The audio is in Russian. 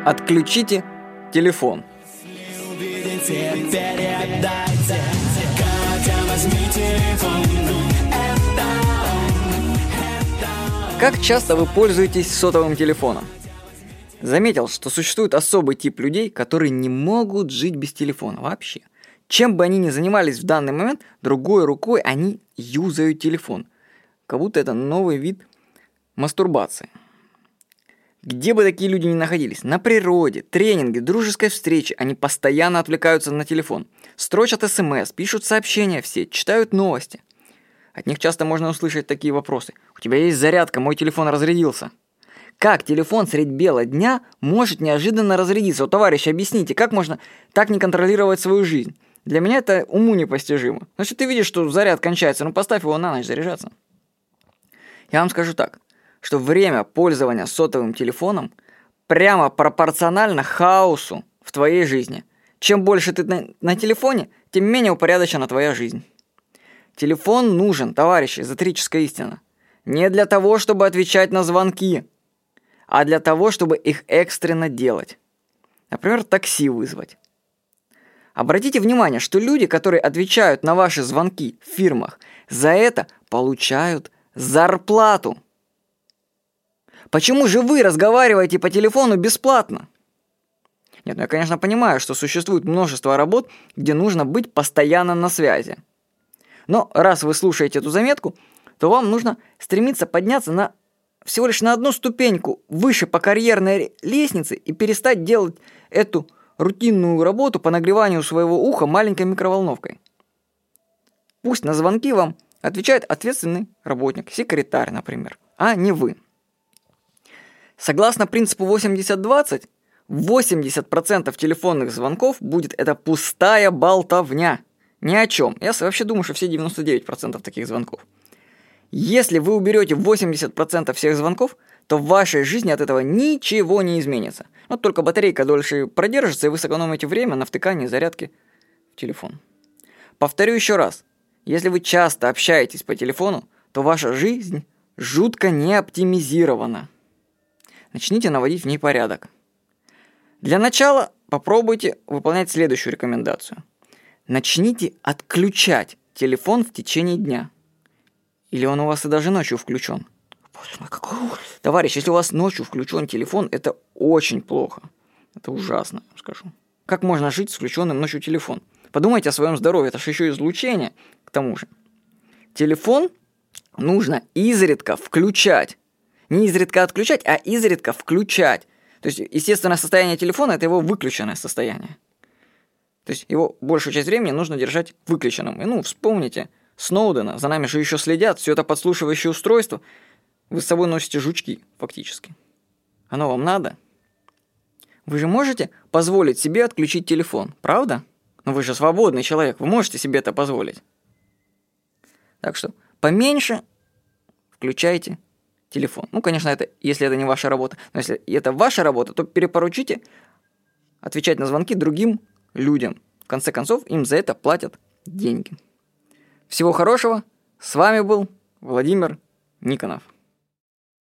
Отключите телефон. Как часто вы пользуетесь сотовым телефоном? Заметил, что существует особый тип людей, которые не могут жить без телефона вообще. Чем бы они ни занимались в данный момент, другой рукой они юзают телефон. Как будто это новый вид мастурбации. Где бы такие люди ни находились, на природе, тренинге, дружеской встрече, они постоянно отвлекаются на телефон. Строчат СМС, пишут сообщения все, читают новости. От них часто можно услышать такие вопросы. «У тебя есть зарядка, мой телефон разрядился». Как телефон средь бела дня может неожиданно разрядиться? Вот, товарищи, объясните, как можно так не контролировать свою жизнь? Для меня это уму непостижимо. Значит, ты видишь, что заряд кончается, поставь его на ночь заряжаться. Я вам скажу так, что время пользования сотовым телефоном прямо пропорционально хаосу в твоей жизни. Чем больше ты на телефоне, тем менее упорядочена твоя жизнь. Телефон нужен, товарищи, эзотерическая истина, не для того, чтобы отвечать на звонки, а для того, чтобы их экстренно делать. Например, такси вызвать. Обратите внимание, что люди, которые отвечают на ваши звонки в фирмах, за это получают зарплату. Почему же вы разговариваете по телефону бесплатно? Нет, я, конечно, понимаю, что существует множество работ, где нужно быть постоянно на связи. Но раз вы слушаете эту заметку, то вам нужно стремиться подняться всего лишь на одну ступеньку выше по карьерной лестнице и перестать делать эту рутинную работу по нагреванию своего уха маленькой микроволновкой. Пусть на звонки вам отвечает ответственный работник, секретарь, например, а не вы. Согласно принципу 80-20, 80% телефонных звонков будет это пустая болтовня. Ни о чем. Я вообще думаю, что все 99% таких звонков. Если вы уберете 80% всех звонков, то в вашей жизни от этого ничего не изменится. Вот только батарейка дольше продержится, и вы сэкономите время на втыкании зарядки в телефон. Повторю еще раз. Если вы часто общаетесь по телефону, то ваша жизнь жутко не оптимизирована. Начните наводить в ней порядок. Для начала попробуйте выполнять следующую рекомендацию. Начните отключать телефон в течение дня. Или он у вас и даже ночью включен. Товарищ, если у вас ночью включен телефон, это очень плохо. Это ужасно, я скажу. Как можно жить с включенным ночью телефон? Подумайте о своем здоровье, это же еще излучение к тому же. Телефон нужно изредка включать. Не изредка отключать, а изредка включать. То есть естественное состояние телефона – это его выключенное состояние. То есть его большую часть времени нужно держать выключенным. И вспомните Сноудена, за нами же еще следят, все это подслушивающее устройство. Вы с собой носите жучки, фактически. Оно вам надо? Вы же можете позволить себе отключить телефон, правда? Но вы же свободный человек, вы можете себе это позволить. Так что поменьше включайте телефон. Конечно, это если это не ваша работа. Но если это ваша работа, то перепоручите отвечать на звонки другим людям. В конце концов, им за это платят деньги. Всего хорошего. С вами был Владимир Никонов.